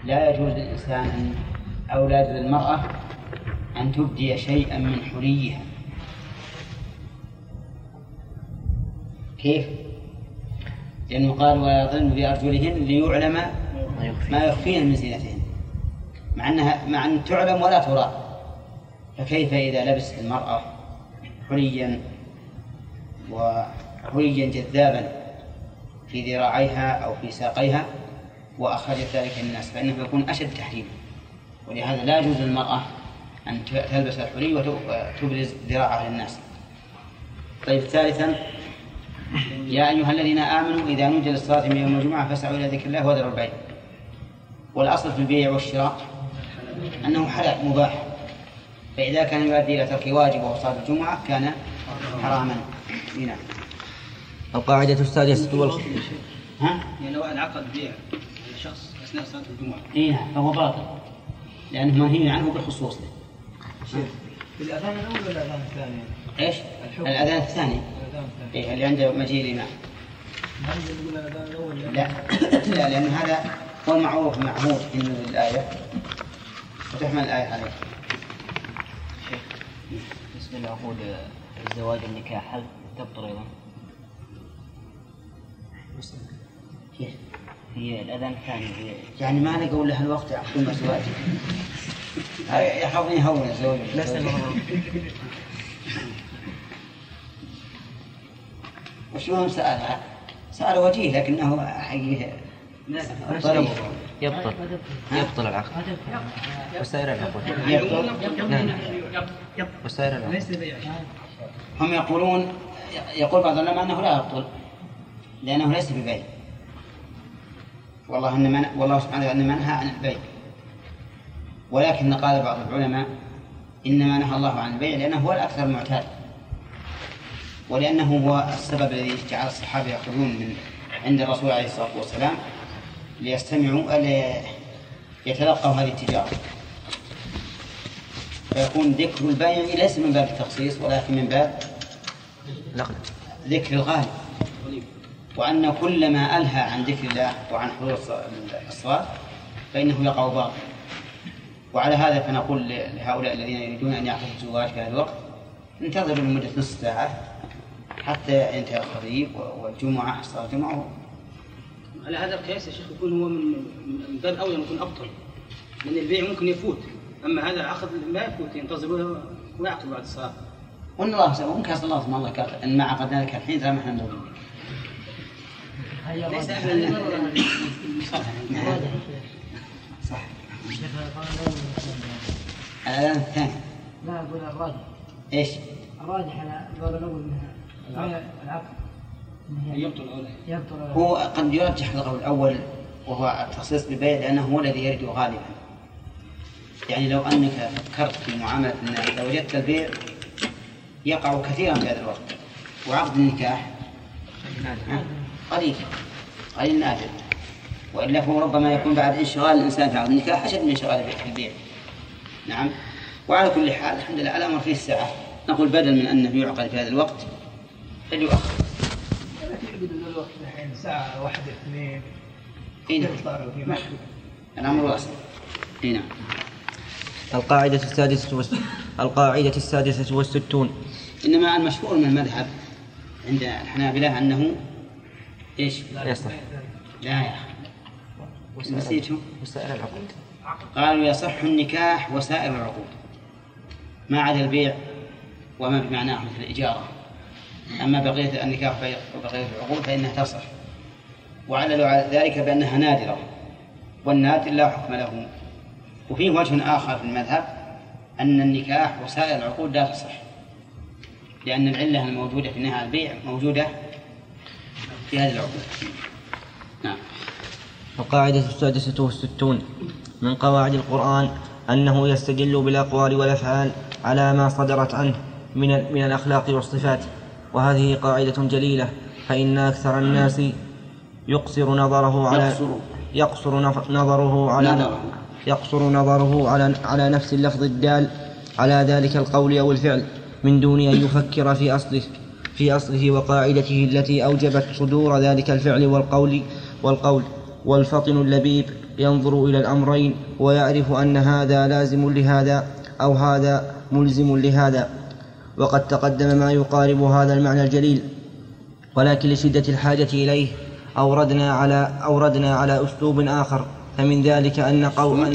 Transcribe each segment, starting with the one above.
لا يجوز للإنسان أو لا يجوز للمرأة أن تبدي شيئا من حليها. كيف؟ لأنه قال ويضربن بأرجلهن ليعلم ما يخفين من زينتهن، مع أن تعلم ولا ترى. فكيف إذا لبست المرأة حليا وحليا جذابا في ذراعيها أو في ساقيها وأخرجت ذلك للناس، فإنه يكون أشد تحريما. ولهذا لا يجوز للمرأة أن تلبس الحلي وتبرز ذراعها للناس. طيب، ثالثا: يا أيها الذين آمنوا إذا نودي للصلاة من يوم الجمعة فاسعوا إلى ذكر الله وذروا البيع. والأصل في البيع والشراء أنه حلال مباح، فإذا كان يؤدي إلى ترك واجب وهو صلاة الجمعة كان حراما. هنا القاعدة السادسة يعني لو انعقد بيع لشخص أثناء صلاة الجمعة فهو باطل، لأنه منهي عنه بالخصوص. الأذان الأول ولا الأذان الثاني؟ إيش؟ الأذان الثاني. اللي عنده مجيء الإمام. لا، لأن هذا هو المعروف معهود في الآية وتحمل الآية عليه. بالنسبة لعقود الزواج والنكاح هل تبطل أيضا؟ كيف؟ هي الأذان الثاني يعني ما نقول له الوقت يعقدون الزواج. يحاولون يهون الزواج. وشلون سألها؟ سأل وجيه لكنه حقيقة يبطل العقد وسائر العقود. وسائر العقود هم يقول بعض العلماء أنه لا يبطل لأنه ليس ببيع، والله سبحانه إنما نهى عن البيع. ولكن قال بعض العلماء إنما نهى الله عن البيع لأنه هو الأكثر معتاد، ولأنه هو السبب الذي جعل الصحابة يأخذون من عند الرسول عليه الصلاة والسلام ليستمعوا يتلقوا هذه التجارة. فيكون ذكر البيع ليس من باب التخصيص ولكن من باب ذكر الغالب، وأن كل ما ألهى عن ذكر الله وعن حضور الصلاة فإنه يقع باطل. وعلى هذا فنقول لهؤلاء الذين يريدون أن يعقدوا الزواج في هذا الوقت انتظروا لمدة نصف ساعة حتى ينتهي الخطيب والجمعة صلاة الجمعة. على هذا القياس يا شيخ يكون هو من باب أولى يكون أبطل، لأن البيع ممكن يفوت، أما هذا العقد ما يفوت، ينتظرونه ويعقد بعد الصلاة. وإن الله سبحانه ممكن أصل الله سبحانه الله قال إن ما عقدنا لك الحين ترى ما إحنا موجودين. ليس صح. الآن الثاني. لا أقول الراجح. إيش؟ الراجح على القول الأول منها العقد. يبطل. هو قد يرجح القول الأول وهو التخصيص بالبيع لأنه هو الذي يرد غالبا. يعني لو أنك فكرت في معاملة الناس لو وجدت البيع يقع كثيرا في هذا الوقت، وعقد النكاح قليل نادر، وإلا فهو ربما يكون بعد انشغال الإنسان في عقد النكاح أشد من انشغال في البيع. نعم. وعلى كل حال الحمد لله الأمر فيه الساعة، نقول بدل من أنه يعقد في هذا الوقت فليؤخر. الوقت الحين ساعة 1 2 الأمر واسع. نعم. القاعدة السادسة والستون. إنما المشهور من المذهب عند الحنابلة أنه إيش؟ لا يصح. لا يا أخي نسيتهم. وسائر العقود قالوا يصح النكاح وسائر العقود ما عدا البيع وما بمعناه مثل الإجارة، أما بقية النكاح وبقية العقود فإنها تصح، وعللوا على ذلك بأنها نادرة، والنادر لا حكم له. وفيه وجه آخر في المذهب أن النكاح وسائر العقود لا تصح، لأن العلة الموجودة في نهاية البيع موجودة في هذه العقود. نعم. القاعدة السادسة والستون. من قواعد القرآن أنه يستدل بالأقوال والأفعال على ما صدرت عنه من الأخلاق والصفات، وهذه قاعدة جليلة، فإن أكثر الناس يقصر نظره على نفس اللفظ الدال على ذلك القول أو الفعل من دون أن يفكر في أصله وقاعدته التي أوجبت صدور ذلك الفعل والقول. والفطن اللبيب ينظر إلى الأمرين ويعرف أن هذا لازم لهذا أو هذا ملزم لهذا. وقد تقدم ما يقارب هذا المعنى الجليل، ولكن لشدة الحاجة إليه أوردنا على أسلوب آخر، فمن ذلك أن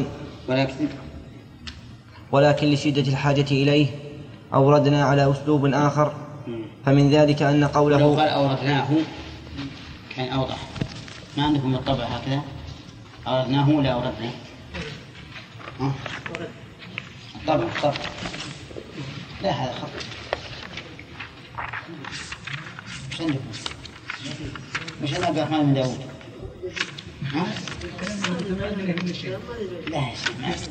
ولكن لشدة الحاجة إليه أوردنا على أسلوب آخر، فمن ذلك أن قوله لو قال أوردناه كان أوضح. ما عندكم الطبع هكذا؟ أوردناه ولا أوردناه؟ الطبع لا، هذا خط. مش عندكم؟ مش أنا عبد الرحمن بن داود؟ لا يا شيخ، ما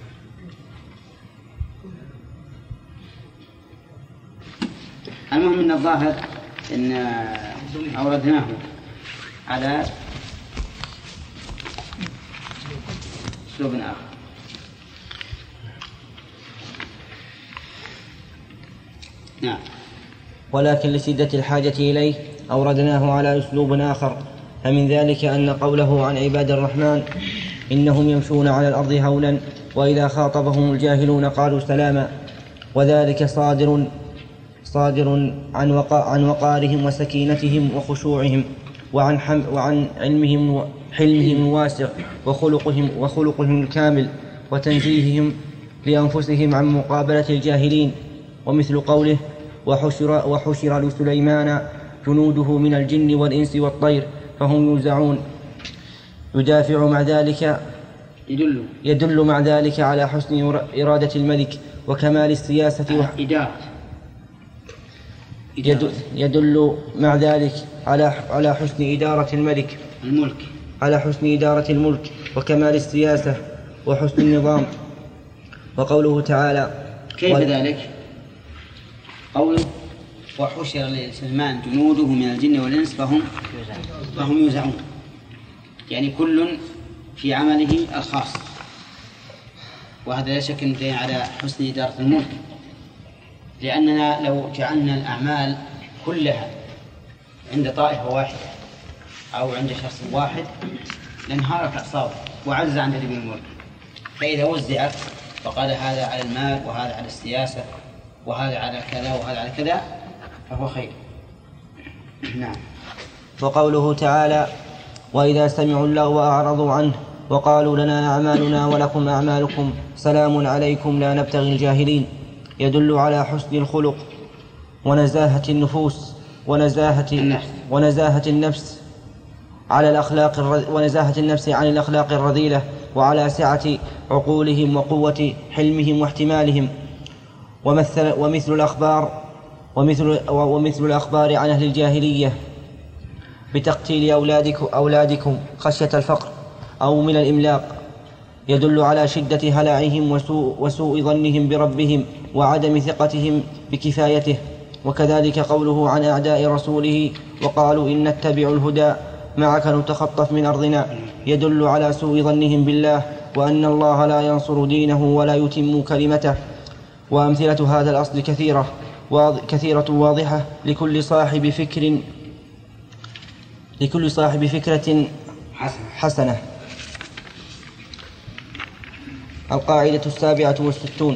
المهم من الظاهر إن أوردناه على أسلوب آخر. نعم. ولكن لشدة الحاجة إليه أوردناه على أسلوب آخر، فمن ذلك أن قوله عن عباد الرحمن إنهم يمشون على الأرض هونا وإذا خاطبهم الجاهلون قالوا سلاما، وذلك صادر عن وقارهم وسكينتهم وخشوعهم، وعن علمهم حلمهم الواسع وخلقهم الكامل، وتنزيههم لأنفسهم عن مقابلة الجاهلين. ومثل قوله وحشر لسليمان جنوده من الجن والإنس والطير فهم يوزعون، يدل مع ذلك على حسن إرادة الملك وكمال السياسة يدل مع ذلك على حسن إدارة الملك وكمال السياسة وحسن النظام. وقوله تعالى كيف ذلك؟ قوله وحشر لسليمان جنوده من الجن والإنس فهم يوزعون، يعني كل في عمله الخاص، وهذا لا شك أنه على حسن إدارة الملك، لأننا لو جعلنا الأعمال كلها عند طائفة واحدة أو عند شخص واحد لانهارت أعصابه وعجز عن تدبير الملك. فإذا وزعت فقال هذا على المال وهذا على السياسة وهذا على كذا وهذا على كذا فهو خير. نعم. وقوله تعالى وإذا سمعوا اللغو أعرضوا عنه وقالوا لنا أعمالنا ولكم أعمالكم سلام عليكم لا نبتغي الجاهلين، يدل على حسن الخلق ونزاهة النفوس ونزاهة النفس عن الأخلاق الرذيلة، وعلى سعة عقولهم وقوة حلمهم واحتمالهم. ومثل الأخبار عن أهل الجاهلية بتقتيل أولادكم خشية الفقر أو من الإملاق يدل على شدة هلعهم وسوء ظنهم بربهم وعدم ثقتهم بكفايته. وكذلك قوله عن أعداء رسوله وقالوا إن نتبع الهدى معك نتخطف من أرضنا، يدل على سوء ظنهم بالله وأن الله لا ينصر دينه ولا يتم كلمته. وأمثلة هذا الأصل كثيرة واضحة لكل صاحب فكرة حسنة. القاعدة 67.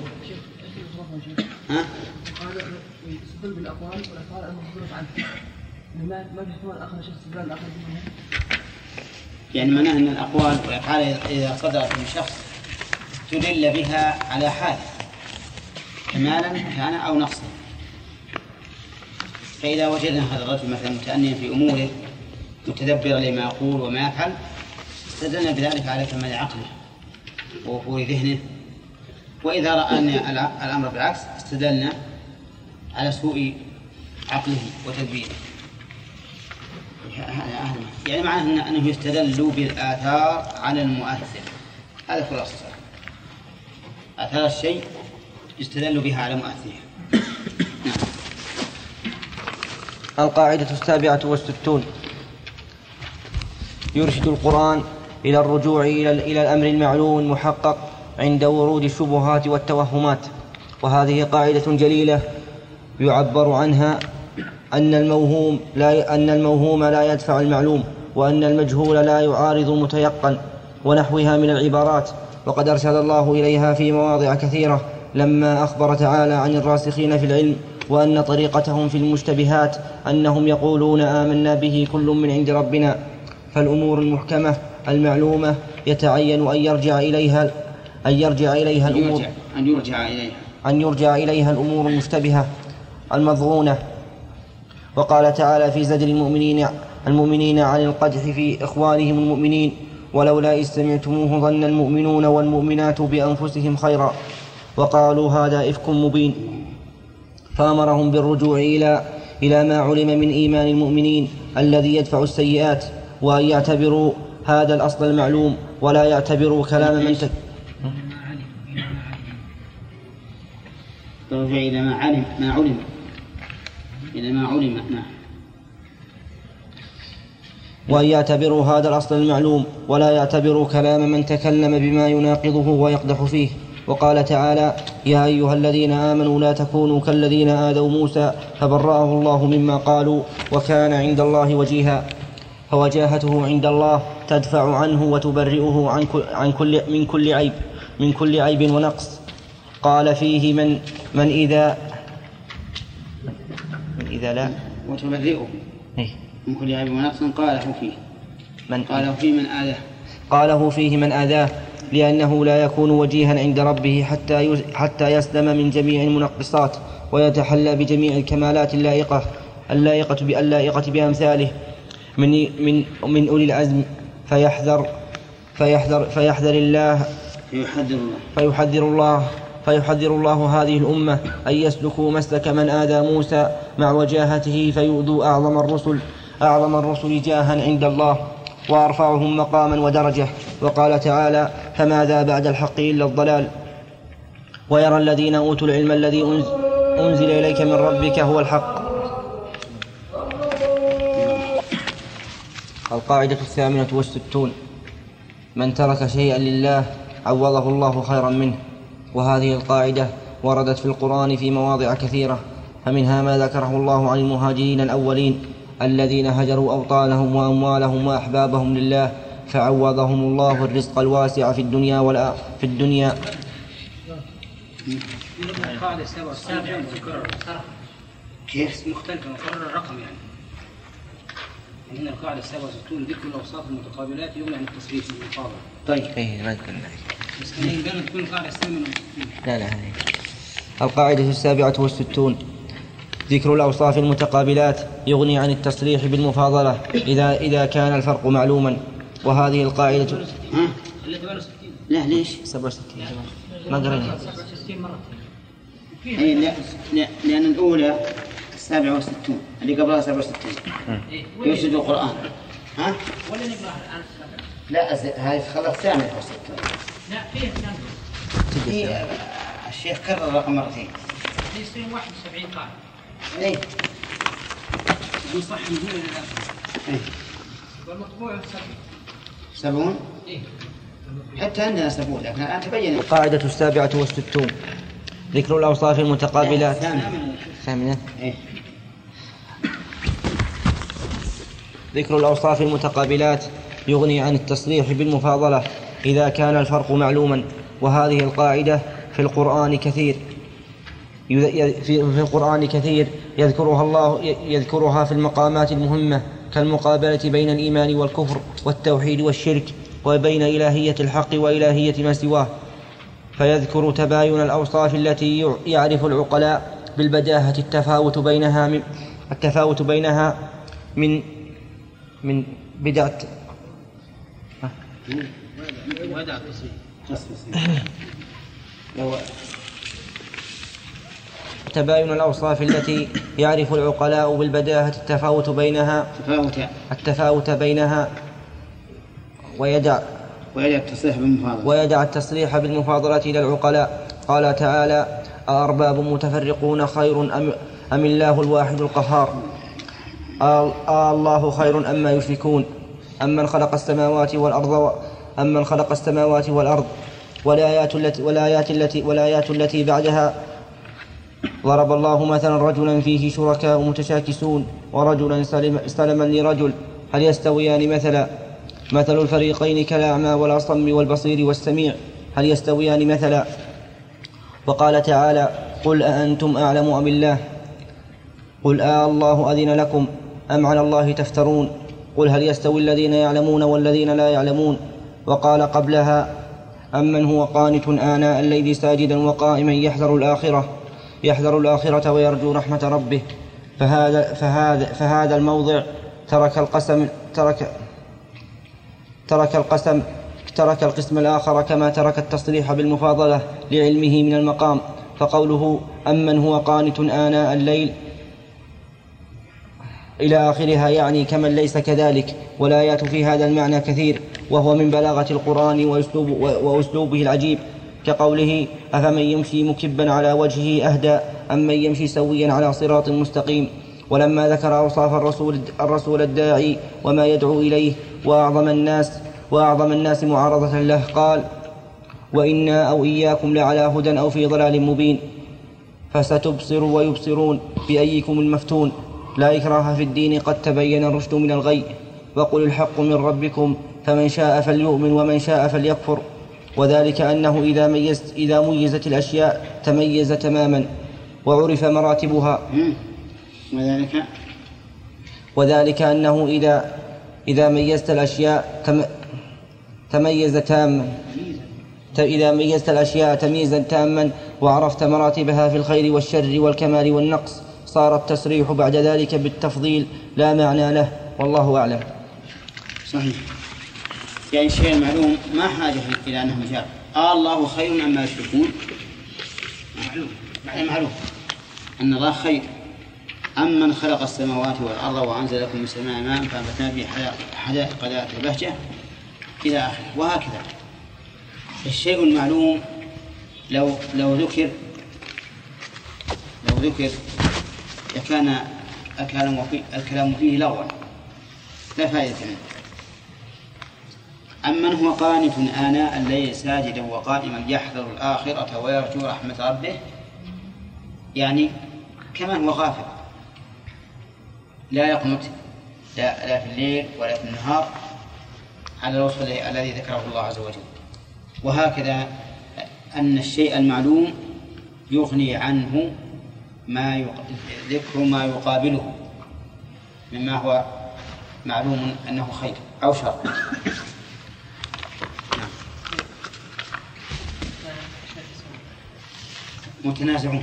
بالأقوال والأفعال المخبرة عنه، ما بيحتمل آخر شخص استدلال آخر منهم. يعني معناه أن الأقوال والأفعال إذا صدرت من شخص استدل بها على حال كمالا كان أو نقصا. فإذا وجدنا هذا الرجل مثلا متأنيا في أموره متدبرا لما يقول وما يفعل استدلنا بذلك على كمال عقله ووفور ذهنه. وإذا رأى الأمر بالعكس استدلنا على سوء عقله وتدبيره. يعني معناه أنه يستدل بالآثار على المؤثر. هذا خلاصة آثار الشيء يستدل بها على مؤثره. القاعدة 67. يرشد القرآن إلى الرجوع إلى الأمر المعلوم المحقق عند ورود الشبهات والتوهمات. وهذه قاعدة جليلة يعبر عنها أن الموهوم لا يدفع المعلوم، وأن المجهول لا يعارض المتيقن، ونحوها من العبارات، وقد أرشد الله إليها في مواضع كثيرة لما أخبر تعالى عن الراسخين في العلم وأن طريقتهم في المشتبهات أنهم يقولون آمنا به كل من عند ربنا. فالأمور المحكمة المعلومة يتعين أن يرجع إليها الأمور المشتبهة المظنونة. وقال تعالى في زجر المؤمنين عن القدح في إخوانهم المؤمنين: ولولا إذ سمعتموه ظن المؤمنون والمؤمنات بأنفسهم خيرا وقالوا هذا إفك مبين. فأمرهم بالرجوع إلى ما علم من إيمان المؤمنين الذي يدفع السيئات، وأن يعتبروا هذا الأصل المعلوم ولا يعتبروا كلام من ترجع إلى ما علم وأن يعتبروا هذا الأصل المعلوم ولا يعتبروا كلام من تكلم بما يناقضه ويقدح فيه. وقال تعالى: يا أيها الذين آمنوا لا تكونوا كالذين آذوا موسى فبرأه الله مما قالوا وكان عند الله وجيها. فوجاهته عند الله تدفع عنه وتبرئه من كل عيب ونقص. قال فيه من إذا لا وتبرئه من كل عيب ونقص قاله فيه من آذاه، لأنه لا يكون وجيها عند ربه حتى يسلم من جميع المنقصات ويتحلى بجميع الكمالات اللائقة بأمثاله من أولي العزم. فيحذر الله هذه الأمة أن يسلكوا مسلك من آذى موسى مع وجاهته فيؤذوا أعظم الرسل جاها عند الله وأرفعهم مقاما ودرجة. وقال تعالى: فماذا بعد الحق إلا الضلال. ويرى الذين أوتوا العلم الذي أنزل إليك من ربك هو الحق. القاعدة 68: من ترك شيئا لله عوضه الله خيرا منه. وهذه القاعدة وردت في القرآن في مواضع كثيرة، فمنها ما ذكره الله عن المهاجرين الأولين الذين هجروا أوطانهم وأموالهم وأحبابهم لله فعوضهم الله الرزق الواسع في الدنيا القاعدة 77 كيف مختلفة مقرر الرقم يعني هنا القاعدة 67 ذكر الأوصاف المتقابلات يمنع من التصريف بالمقابل. طيب ما ذكرنا بس دائما تكون القاعدة 68. لا القاعدة 67: ذكر الأوصاف المتقابلات يغني عن التصريح بالمفاضلة إذا كان الفرق معلوما. وهذه القاعدة لا ليش 67 ما قرينا 67 مرة. لأن الأولى 67 اللي قبلها 67 يفسد القرآن. ها؟ ولا نقرأها الآن؟ لا هاي خلص ثانية 67. لا فيه الشيخ كرر الرقم مرتين. يصير 71 قاعدة. إيه. يصح من دون الآخر. إيه. والمطبوع 70. إيه. حتى عندنا 70 لكن الآن تبين. القاعدة 67: ذكر الأوصاف المتقابلات. ثامنة. إيه. ذكر الأوصاف المتقابلات يغني عن التصريح بالمفاضلة إذا كان الفرق معلوما. وهذه القاعدة في القرآن كثير يذكرها في المقامات المهمة كالمقابلة بين الإيمان والكفر والتوحيد والشرك وبين إلهية الحق وإلهية ما سواه. فيذكر تباين الأوصاف التي يعرف العقلاء بالبداهة التفاوت بينها من بدعة تباين الأوصاف التي يعرف العقلاء بالبداهة التفاوت بينها ويدع التصريح بالمفاضلة إلى العقلاء. قال تعالى: أأرباب متفرقون خير أم الله الواحد القهار الله خير أما يشركون أمن خلق السماوات والأرض والآيات التي بعدها. ضرب الله مثلا رجلا فيه شركاء متشاكسون ورجلا سلما لرجل هل يستويان مثلا مثل الفريقين كالأعمى والأصم والبصير والسميع هل يستويان مثلا؟ وقال تعالى قل أأنتم أعلم أم الله؟ قل الله أذن لكم أم على الله تفترون؟ قل هل يستوي الذين يعلمون والذين لا يعلمون؟ وقال قبلها أمن هو قانت آناء الليل ساجدا وقائما يحذر الآخرة ويرجو رحمة ربه. فهذا الموضع ترك القسم الآخر كما ترك التصريح بالمفاضلة لعلمه من المقام. فقوله أمن هو قانت آناء الليل إلى آخرها يعني كمن ليس كذلك. والآيات في هذا المعنى كثير، وهو من بلاغة القرآن وأسلوبه العجيب، كقوله أفمن يمشي مكبا على وجهه أهدى أم من يمشي سويا على صراط مستقيم. ولما ذكر أوصاف الرسول الداعي وما يدعو إليه وأعظم الناس معارضة له قال وإنا أو إياكم لعلى هدى أو في ضلال مبين. فستبصر ويبصرون بأيكم المفتون. لا إكراه في الدين قد تبين الرشد من الغي. وقل الحق من ربكم فمن شاء فليؤمن ومن شاء فليكفر. وذلك أنه إذا ميزت الأشياء تميز تماما وعرف مراتبها. وذلك أنه إذا ميزت الأشياء إذا ميزت الأشياء تمييزا تاما وعرفت مراتبها في الخير والشر والكمال والنقص صار التصريح بعد ذلك بالتفضيل لا معنى له، والله أعلم. صحيح. يعني الشيء المعلوم ما حاجة إلى أنه جاء الله خير أما يشركون، معلوم أن الله خير. أمن خلق السماوات والأرض وأنزل لكم من السماء ماء فأنبتنا به حدائق ذات البهجة إلى آخره. وهكذا الشيء المعلوم لو ذكر لكان الكلام فيه لغوا لا فائدة منه. أمن هو قانت آناء الليل ساجدا وقائما يحذر الآخرة ويرجو رحمة ربه، يعني كمن هو غافل لا يقنت لا في الليل ولا في النهار على الوصف الذي ذكره الله عز وجل. وهكذا أن الشيء المعلوم يغني عنه ذكر ما يقابله مما هو معلوم أنه خير أو شر. متنازعون.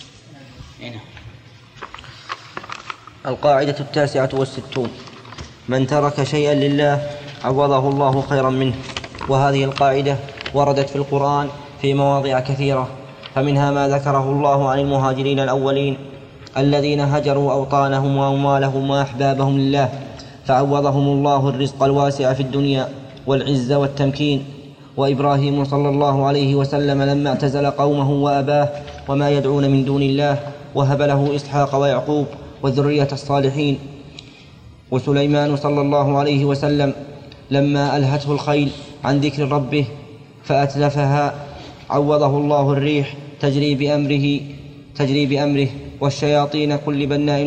القاعدة 69. من ترك شيئا لله عوضه الله خيرا منه. وهذه القاعدة وردت في القرآن في مواضع كثيرة، فمنها ما ذكره الله عن المهاجرين الأولين الذين هجروا أوطانهم وأموالهم وأحبابهم لله فعوضهم الله الرزق الواسع في الدنيا والعز والتمكين. وإبراهيم صلى الله عليه وسلم لما اعتزل قومه وأباه وما يدعون من دون الله وهب له إسحاق ويعقوب وذرية الصالحين. وسليمان صلى الله عليه وسلم لما ألهته الخيل عن ذكر ربه فأتلفها عوضه الله الريح تجري بأمره والشياطين كل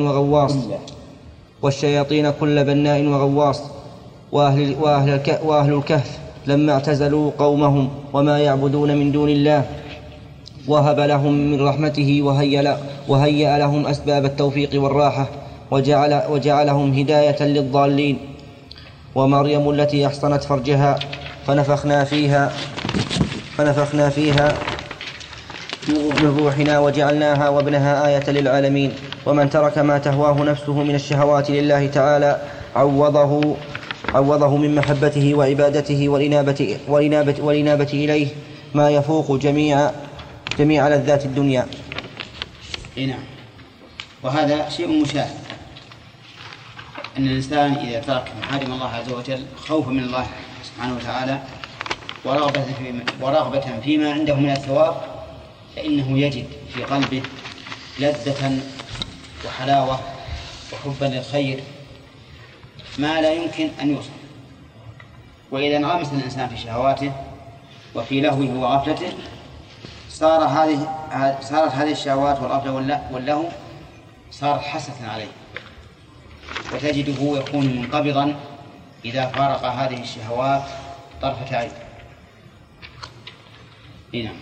بناء وغواص. وأهل الكهف لما اعتزلوا قومهم وما يعبدون من دون الله وهب لهم من رحمته وهيأ لهم أسباب التوفيق والراحة وجعلهم هداية للضالين. ومريم التي أحصنت فرجها فنفخنا فيها من روحنا وجعلناها وابنها آية للعالمين. ومن ترك ما تهواه نفسه من الشهوات لله تعالى عوضه من محبته وعبادته والإنابة إليه ما يفوق جميع لذات الدنيا. نعم. وهذا شيء مشاهد أن الإنسان إذا ترك محارم الله عز وجل خوفا من الله سبحانه وتعالى ورغبة فيما عنده من الثواب فإنه يجد في قلبه لذة وحلاوة وحبا للخير ما لا يمكن أن يوصف. وإذا انغمس الإنسان في شهواته وفي لهوه وغفلته صارت هذه الشهوات والغفلة واللهو صارت حسرة عليه، وتجده يكون منقبضا إذا فارق هذه الشهوات طرفة عين. نعم.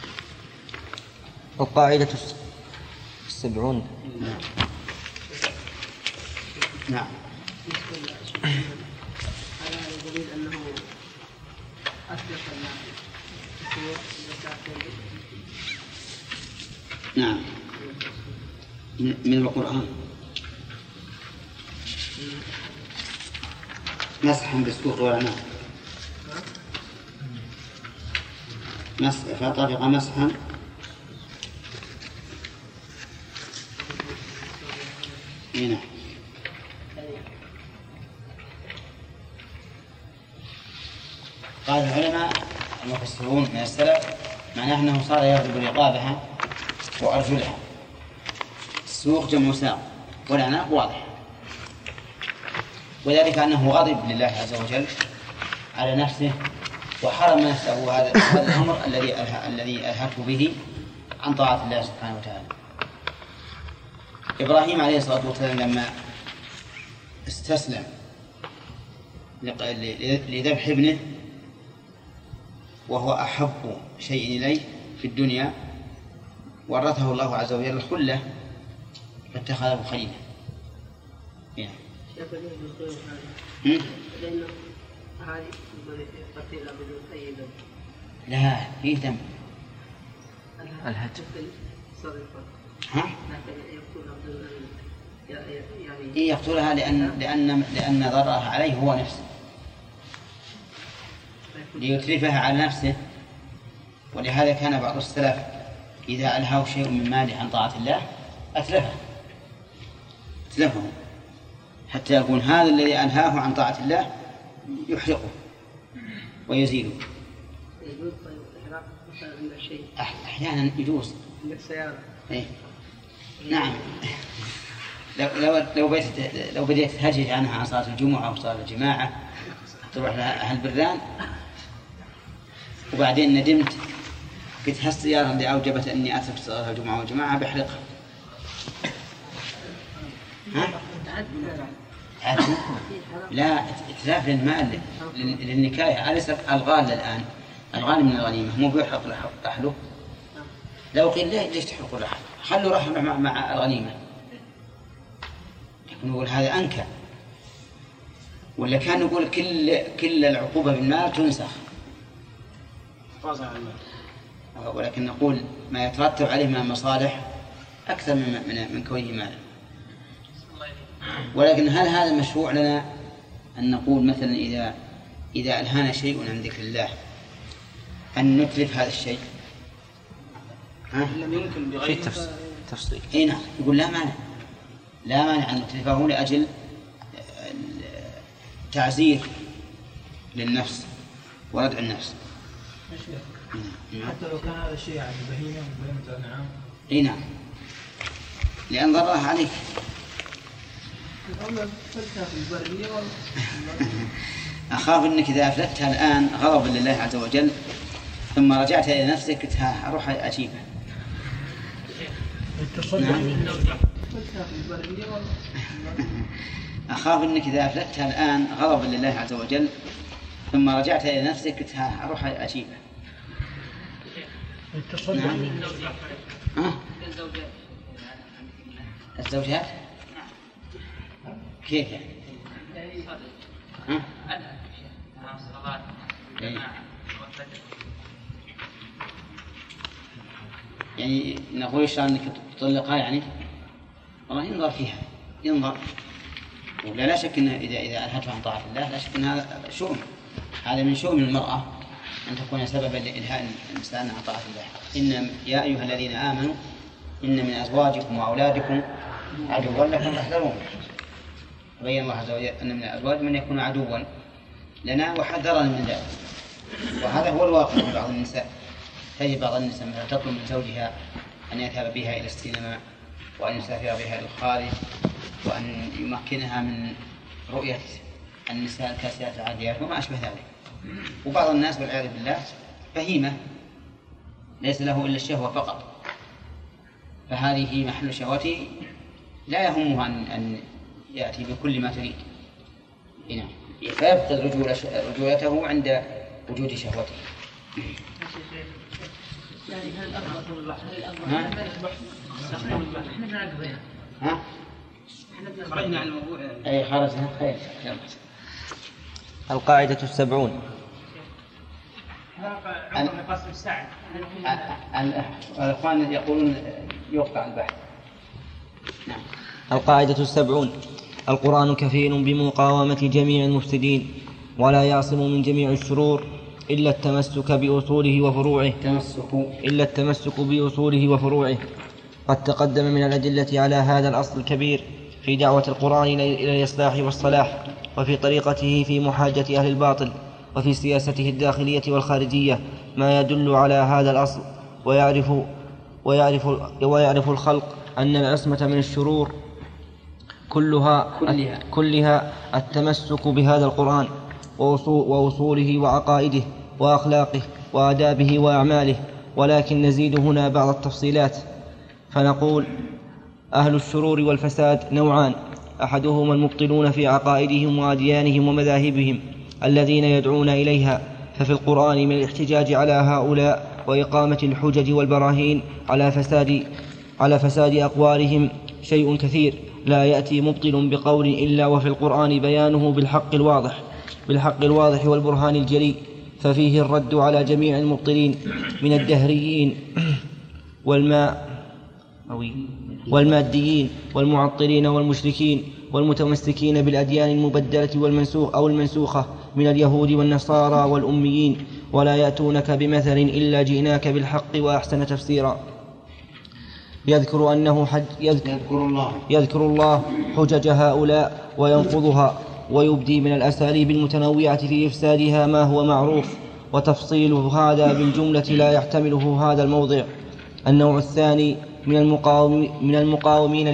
القاعدة 70. نعم. على دليل أنه أسلف نعم من القرآن مسحا بالسوق والعناق فطرق مسحا هنا. قال العلماء المفسرون من السلف معناه أنه صار يضرب رقابها وأرجلها. السوق جمع ساق والعناق واضح، وذلك أنه غضب لله عز وجل على نفسه وحرم نفسه هذا الأمر الذي ألهته به عن طاعة الله سبحانه وتعالى. إبراهيم عليه الصلاة والسلام لما استسلم لذبح ابنه وهو أحب شيء إليه في الدنيا ورثه الله عز وجل الخلة فاتخذه خليلا. لا فيه دم. الهتف يقتلها لأن ضررها عليه هو نفسه ليتلفها على نفسه. ولهذا كان بعض السلف إذا ألهاه شيء من ماله عن طاعة الله أتلفه حتى يكون هذا الذي ألهاه عن طاعة الله يحرقه ويزيله. أحيانا يجوز. إيه؟ نعم. لو بديت تهجج عنها عن صلاة الجمعة أو صلاة الجماعة تروح لها أهل بران وبعدين ندمت قلت هالسيارة اللي أوجبت أني أترك صلاة الجمعة والجماعة بحرقها. لا إتلاف للمال للنكاية. أليس الغال الآن الغال من الغنيمة مو بيحرق رحله؟ لو قيل ليش تحرقوا رحله؟ خلوا رحله مع الغنيمة. نقول هذا أنكى. ولا كان نقول كل العقوبة بالمال تنسخ، ولكن نقول ما يترتب عليه من المصالح أكثر من كونه مالا. ولكن هل هذا مشروع لنا أن نقول مثلا إذا ألهانا شيء عن ذكر الله أن نتلف هذا الشيء؟ لم يمكن بغير تفصيل. إيه نعم. يقول لا مانع أن نتلفه لأجل تعزير للنفس وردع النفس. حتى لو كان هذا الشيء عن بهيمة الأنعام. إيه نعم، لأن ضرها عليك. أخاف أنك إذا أفلتها الآن غضبا لله عز وجل ثم رجعت إلى نفسك قلت أروح أجيبها. أخاف أنك إذا أفلتها الآن غضبا لله عز وجل ثم رجعت إلى نفسك قلت أروح أجيبها. الزوجات كيف يعني نقول إيش أنك تطلقها يعني والله ينظر فيها ينظر. لا شك إن إذا ألهته عن طاعة الله لا شك إن هذا شؤم. هذا من شؤم المرأة أن تكون سببا لإلهاء الإنسان عن طاعة الله. إن يا أيها الذين آمنوا إن من أزواجكم وأولادكم عدوا لكم فاحذروهم. بين الله عز وجل أن من الأزواج من يكون عدوا لنا وحذرنا من ذلك. وهذا هو الواقع من بعض النساء. تجد بعض النساء مثلا تطلب من زوجها أن يذهب بها إلى السينما وأن يسافر بها إلى الخارج وأن يمكنها من رؤية النساء الكاسيات العاريات وما أشبه ذلك. وبعض الناس والعياذ بالله بهيمة ليس له إلا الشهوة فقط، فهذه محل شهوته لا يهمها أن يأتي بكل ما تريد. فيفقد رجولته عند وجود شهوته. يعني هل الأفضل ها؟ خرجنا عن الموضوع. أي خرجنا خير. القاعدة 70. قسم الساعة. الأخوان يقولون يقطع البحث. نعم. القاعدة 70. القرآن كفيل بمقاومة جميع المفسدين ولا يعصم من جميع الشرور إلا التمسك بأصوله وفروعه. قد تقدم من الأدلة على هذا الأصل الكبير في دعوة القرآن إلى الإصلاح والصلاح، وفي طريقته في محاجة أهل الباطل، وفي سياسته الداخلية والخارجية ما يدل على هذا الأصل. ويعرف الخلق أن العصمة من الشرور كلها التمسك بهذا القرآن وأصوله وعقائده وأخلاقه وآدابه وأعماله. ولكن نزيد هنا بعض التفصيلات فنقول: أهل الشرور والفساد نوعان: أحدهما المبطلون في عقائدهم وأديانهم ومذاهبهم الذين يدعون إليها، ففي القرآن من الاحتجاج على هؤلاء وإقامة الحجج والبراهين على فساد أقوالهم شيء كثير لا يأتي مبطل بقول إلا وفي القرآن بيانه بالحق الواضح والبرهان الجلي، ففيه الرد على جميع المبطلين من الدهريين والماديين والمعطلين والمشركين والمتمسكين بالأديان المبدلة المنسوخة من اليهود والنصارى والأميين، ولا يأتونك بمثل إلا جئناك بالحق وأحسن تفسيرا. يذكر الله حجج هؤلاء وينقضها، ويبدي من الأساليب المتنوعة في إفسادها ما هو معروف، وتفصيل هذا بالجملة لا يحتمله هذا الموضع. النوع الثاني من المقاومين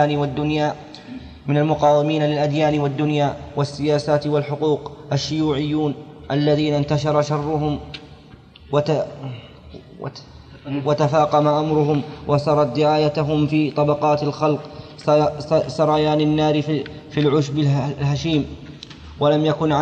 للأديان والدنيا والسياسات والحقوق الشيوعيون الذين انتشر شرهم وتفاقم أمرهم وسرت دعايتهم في طبقات الخلق سريان النار في العشب الهشيم، ولم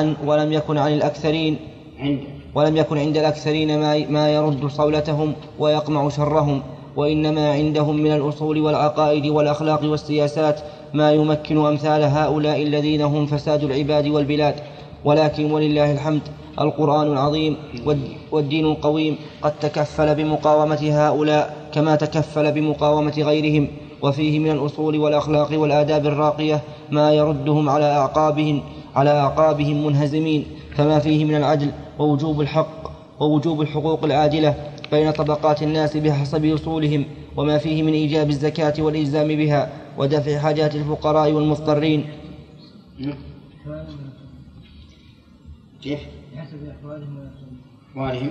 يكن عند الأكثرين ما يرد صولتهم ويقمع شرهم، وإنما عندهم من الأصول والعقائد والأخلاق والسياسات ما يمكن أمثال هؤلاء الذين هم فساد العباد والبلاد. ولكن ولله الحمد القرآن العظيم والدين القويم قد تكفل بمقاومة هؤلاء كما تكفل بمقاومة غيرهم، وفيه من الأصول والأخلاق والآداب الراقية ما يردهم على أعقابهم منهزمين، فما فيه من العدل ووجوب الحقوق العادلة بين طبقات الناس بحسب أصولهم، وما فيه من إيجاب الزكاة والإلزام بها ودفع حاجات الفقراء والمضطرين. كيف؟ بحسب أحوالهم وأحوالهم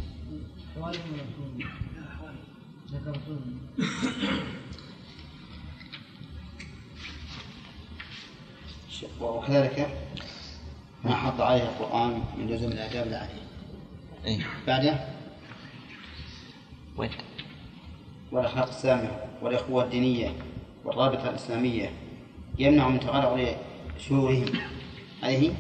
وكذلك ما حض عليه القرآن من لزوم الآداب العالية. بعده والأخلاق السامية والإخوة الدينية والرابطة الإسلامية يمنع من تغرغر شرورهم عليه.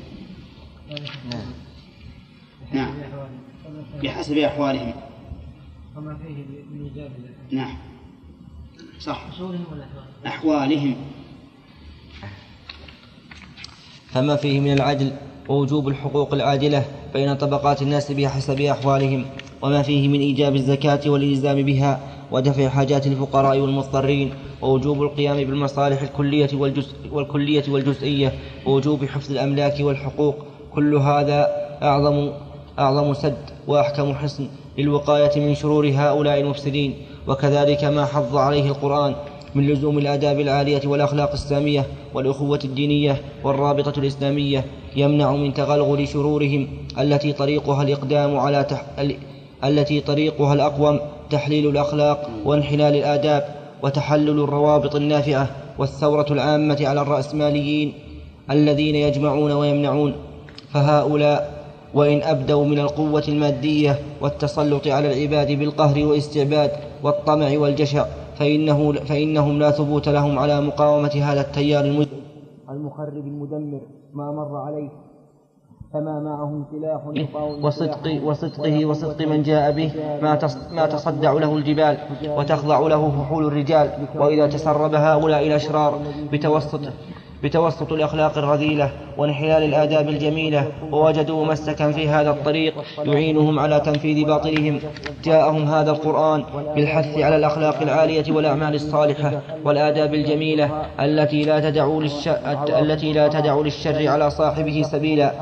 نعم بحسب أحوالهم وما فيه من إيجاب. نعم صح أحوالهم. فما فيه من العدل ووجوب الحقوق العادلة بين طبقات الناس بحسب أحوالهم، وما فيه من إيجاب الزكاة والإلزام بها ودفع حاجات الفقراء والمضطرين، ووجوب القيام بالمصالح الكلية والجزئية، ووجوب حفظ الأملاك والحقوق. كل هذا أعظم سد وأحكم حصن للوقاية من شرور هؤلاء المفسدين. وكذلك ما حض عليه القرآن من لزوم الآداب العالية والأخلاق السامية والأخوة الدينية والرابطة الإسلامية يمنع من تغلغل شرورهم التي طريقها الأقوم تحليل الأخلاق وانحلال الآداب وتحلل الروابط النافعة والثورة العامة على الرأسماليين الذين يجمعون ويمنعون. فهؤلاء وإن أبدوا من القوة المادية والتسلط على العباد بالقهر والاستعباد والطمع والجشع فإنهم لا ثبوت لهم على مقاومة هذا التيار المخرب المدمر ما مر عليه فما معهم سلاح وصدق من جاء به ما تصدع له الجبال وتخضع له فحول الرجال. وإذا تسرب هؤلاء الأشرار بتوسط الأخلاق الرذيلة وانحلال الآداب الجميلة ووجدوا مسكا في هذا الطريق يعينهم على تنفيذ باطلهم، جاءهم هذا القرآن بالحث على الأخلاق العالية والأعمال الصالحة والآداب الجميلة التي لا تدع للشر على صاحبه سبيلا.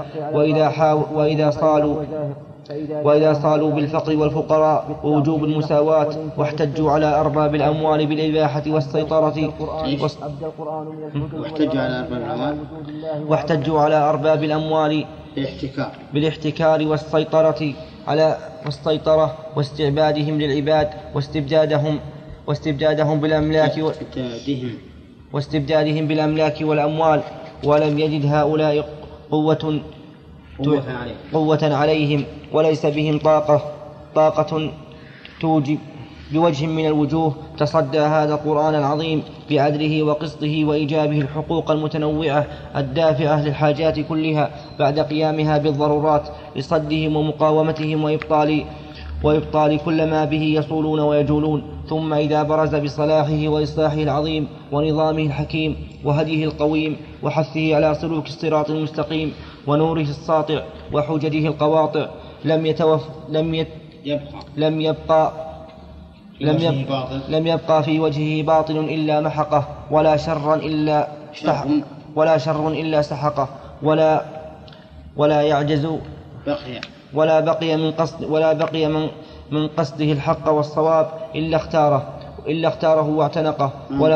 وإذا صالوا بالفقر والفقراء ووجوب المساواة واحتجوا على أرباب الأموال بالإباحة والسيطرة واحتجوا على أرباب الأموال بالاحتكار والسيطرة واستعبادهم للعباد واستبدادهم بالأملاك والأموال. ولم يجد هؤلاء قوة عليهم وليس بهم طاقة توجب بوجه من الوجوه تصدى هذا القرآن العظيم بعدله وقسطه وإيجابه الحقوق المتنوعة الدافعة للحاجات كلها بعد قيامها بالضرورات لصدهم ومقاومتهم وإبطال كل ما به يصولون ويجولون. ثم إذا برز بصلاحه وإصلاحه العظيم ونظامه الحكيم وهديه القويم وحثه على سلوك الصراط المستقيم ونوره الساطع وحججه القواطع لم يبقى في وجهه باطل إلا محقه ولا شر إلا سحقه ولا يعجز ولا بقي من قصده الحق والصواب إلا اختاره واعتنقه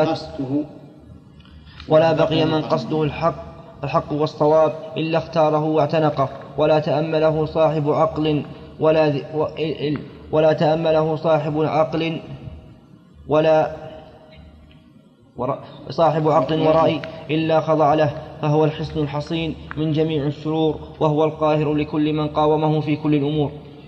ولا بقي من قصده الحق والصواب إلا اختاره واعتنقه ولا تأمله صاحب عقل صاحب عقل ورأي إلا خضع له، فهو الحصن الحصين من جميع الشرور وهو القاهر لكل من قاومه في كل الأمور.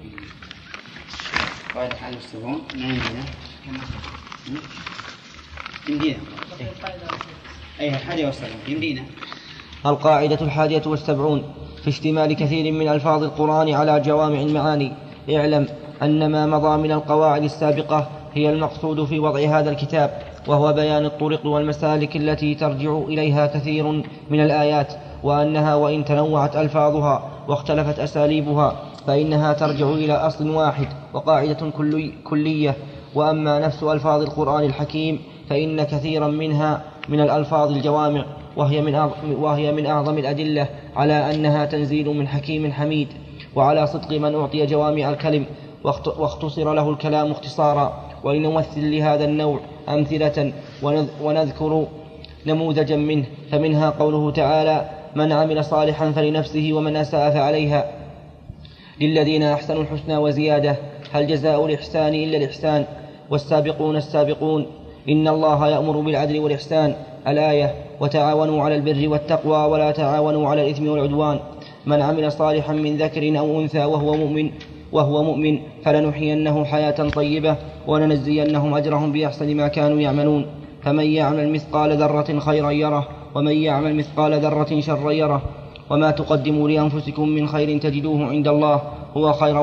القاعدة 71 في اشتمال كثير من ألفاظ القرآن على جوامع المعاني. اعلم أن ما مضى من القواعد السابقة هي المقصود في وضع هذا الكتاب، وهو بيان الطرق والمسالك التي ترجع إليها كثير من الآيات، وأنها وإن تنوعت ألفاظها واختلفت أساليبها فإنها ترجع إلى أصل واحد وقاعدة كلية. وأما نفس ألفاظ القرآن الحكيم فإن كثيرا منها من الألفاظ الجوامع، وهي من أعظم الأدلة على أنها تنزيل من حكيم حميد، وعلى صدق من أعطي جوامع الكلم واختصر له الكلام اختصارا. ولنمثل لهذا النوع أمثلة ونذكر نموذجا منه، فمنها قوله تعالى: من عمل صالحا فلنفسه ومن أساء فعليها، للذين أحسنوا الحسنى وزيادة، هل جزاء الإحسان إلا الإحسان، والسابقون السابقون، إن الله يأمر بالعدل والإحسان، الآية، وتعاونوا على البر والتقوى ولا تعاونوا على الإثم والعدوان. من عمل صالحا من ذكر أو أنثى وهو مؤمن فلنحيينه حياة طيبة ولنجزينهم أجرهم بأحسن ما كانوا يعملون. فمن يعمل مثقال ذرة خيرا يره ومن يعمل مثقال ذرة شرا يره. وما تقدموا لأنفسكم من خير تجدوه عند الله هو خيرا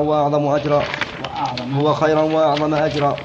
وأعظم أجرا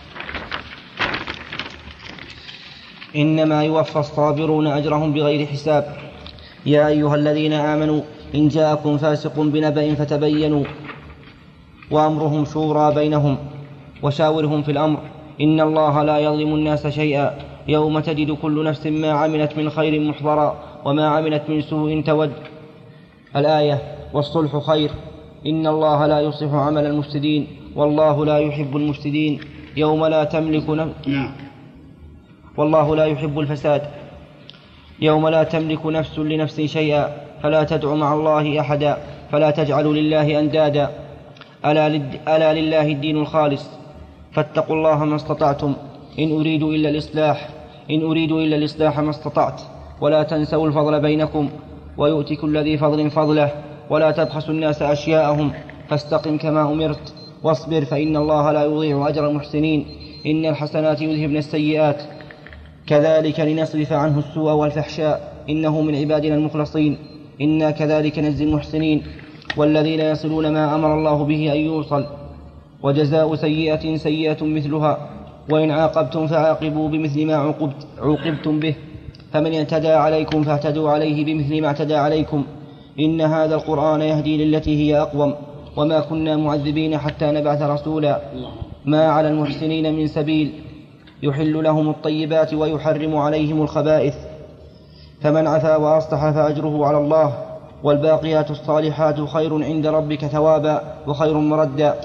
إنما يوفى الصابرون أجرهم بغير حساب. يا أيها الذين آمنوا إن جاءكم فاسق بنبأ فتبينوا، وأمرهم شورى بينهم وشاورهم في الأمر، إن الله لا يظلم الناس شيئا، يوم تجد كل نفس ما عملت من خير محضرا وما عملت من سوء تود، الآية. والصلح خير، إن الله لا يصلح عمل المفسدين والله لا يحب المفسدين، يوم لا تملك والله لا يحب الفساد، يوم لا تملك نفس لنفس شيئا، فلا تدع مع الله أحدا، فلا تجعلوا لله أندادا، ألا لله الدين الخالص، فاتقوا الله ما استطعتم، إن أريد إلا الإصلاح ما استطعت، ولا تنسوا الفضل بينكم، ويؤتي كل ذي فضل فضله، ولا تبخسوا الناس أشياءهم، فاستقم كما أمرت، واصبر فإن الله لا يضيع أجر المحسنين، إن الحسنات يذهبن السيئات، كذلك لنصرف عنه السوء والفحشاء، إنه من عبادنا المخلصين. إنا كذلك نجزي المحسنين والذين يصلون ما أمر الله به أن يوصل وجزاء سيئة سيئة مثلها وإن عاقبتم فعاقبوا بمثل ما عوقبتم به فمن اعتدى عليكم فاعتدوا عليه بمثل ما اعتدى عليكم إن هذا القرآن يهدي للتي هي أقوم وما كنا معذبين حتى نبعث رسولا ما على المحسنين من سبيل يحل لهم الطيبات ويحرم عليهم الخبائث فمن عفا وأصلح فأجره على الله والباقيات الصالحات خير عند ربك ثوابا وخير مردا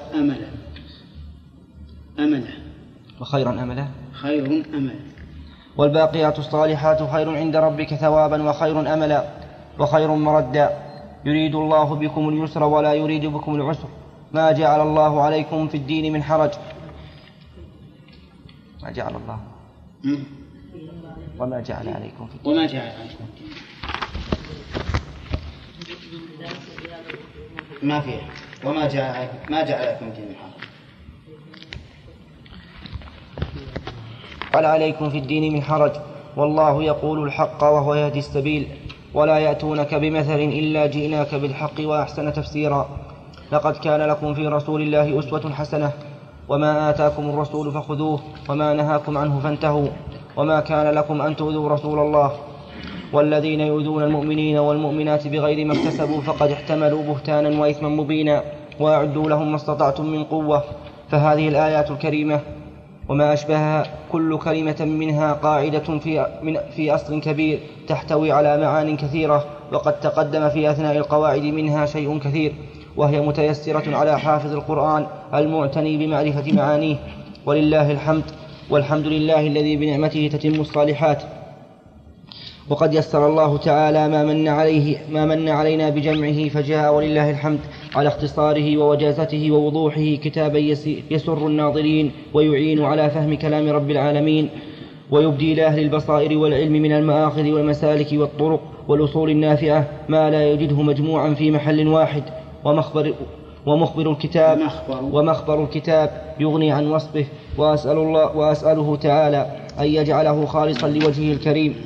وخيرا أملا خير أملا والباقيات الصالحات خير عند ربك ثوابا وخير أملا وخير مردا يريد الله بكم اليسر ولا يريد بكم العسر ما جعل الله عليكم في الدين من حرج ما جعل الله وما جعل عليكم في الدين وما جعل عليكم ما فيها وما جعل ما جعل عليكم في الدين من حرج قال عليكم في الدين من حرج والله يقول الحق وهو يهدي السبيل ولا يأتونك بمثل إلا جئناك بالحق وأحسن تفسيرا لقد كان لكم في رسول الله أسوة حسنة وما آتاكم الرسول فخذوه وما نهاكم عنه فانتهوا وما كان لكم أن تؤذوا رسول الله والذين يؤذون المؤمنين والمؤمنات بغير ما اكتسبوا فقد احتملوا بهتانا وإثما مبينا وأعدوا لهم ما استطعتم من قوة فهذه الآيات الكريمة وما أشبهها كل كلمة منها قاعدة في أصل كبير تحتوي على معان كثيرة وقد تقدم في أثناء القواعد منها شيء كثير وهي متيسرة على حافظ القرآن المعتني بمعرفة معانيه ولله الحمد والحمد لله الذي بنعمته تتم الصالحات وقد يسر الله تعالى ما من علينا بجمعه فجاء ولله الحمد على اختصاره ووجازته ووضوحه كتابا يسر الناظرين ويعين على فهم كلام رب العالمين ويبدي لأهل البصائر والعلم من المآخذ والمسالك والطرق والأصول النافعة ما لا يجده مجموعا في محل واحد ومخبر الكتاب يغني عن وصفه وأسأله تعالى أن يجعله خالصا لوجهه الكريم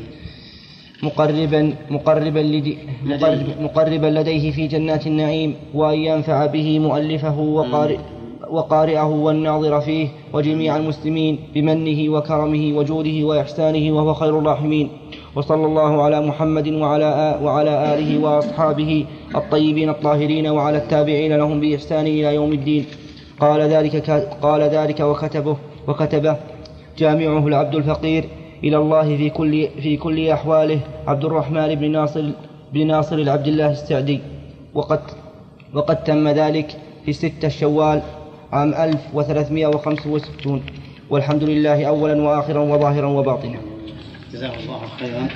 مقربا لديه في جنات النعيم وأن ينفع به مؤلفه وقارئه والناظر فيه وجميع المسلمين بمنه وكرمه وجوده وإحسانه وهو خير الراحمين وصلى الله على محمد وعلى آله وأصحابه الطيبين الطاهرين وعلى التابعين لهم بإحسان إلى يوم الدين قال ذلك وكتبه جامعه العبد الفقير إلى الله في كل أحواله عبد الرحمن بن ناصر العبد الله السعدي وقد تم ذلك في 6 شوال عام 1365 والحمد لله أولا وآخرا وظاهرا وباطنا. جزاه الله خيرا.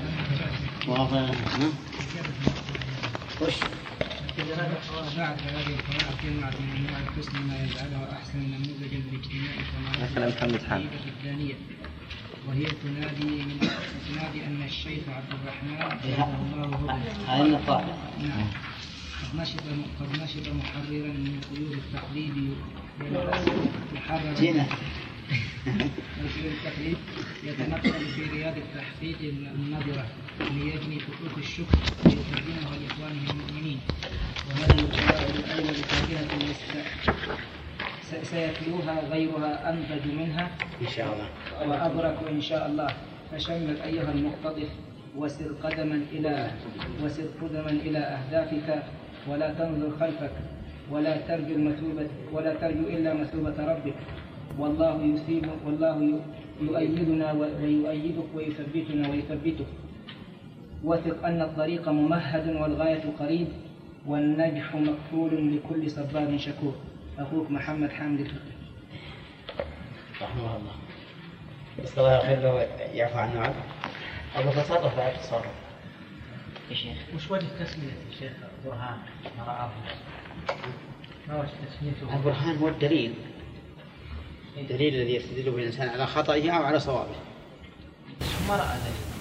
وش بعد هذه القراءة جمعت من أنواع الحسن ما يجعلها أحسن نموذجا لاجتماع كمال الثانية وهي تنادي أن الشيخ عبد الرحمن هذا النقاط قد نشط محررا من قيود التقليد يتنقل في رياض التحقيق النظرة ليجني خطوط الشكر ويقدمها لإخوانه المؤمنين وهذا الشوائب الأول فاكهة سيتلوها غيرها أنضج منها إن شاء الله وأبرك إن شاء الله فشمل أيها المقتضف وسر قدما إلى أهدافك ولا تنظر خلفك ولا ترجو إلا مثوبة ربك والله يؤيدنا ويؤيدك ويثبتنا ويثبتك وثق أن الطريق ممهد والغاية قريب والنجح مكفول لكل صبار شكور. أخوك محمد حامد الفقي رحمه الله. بس الله خير لو يعفو عنه عبد أبو تصرف بعد تصرف يا شيخ. وش وجه تسمية الشيخ برهان ما رآه؟ ما وجه تسميته؟ البرهان هو الدليل الذي يستدل به الإنسان على خطئه أو على صوابه. ما رأى ذلك.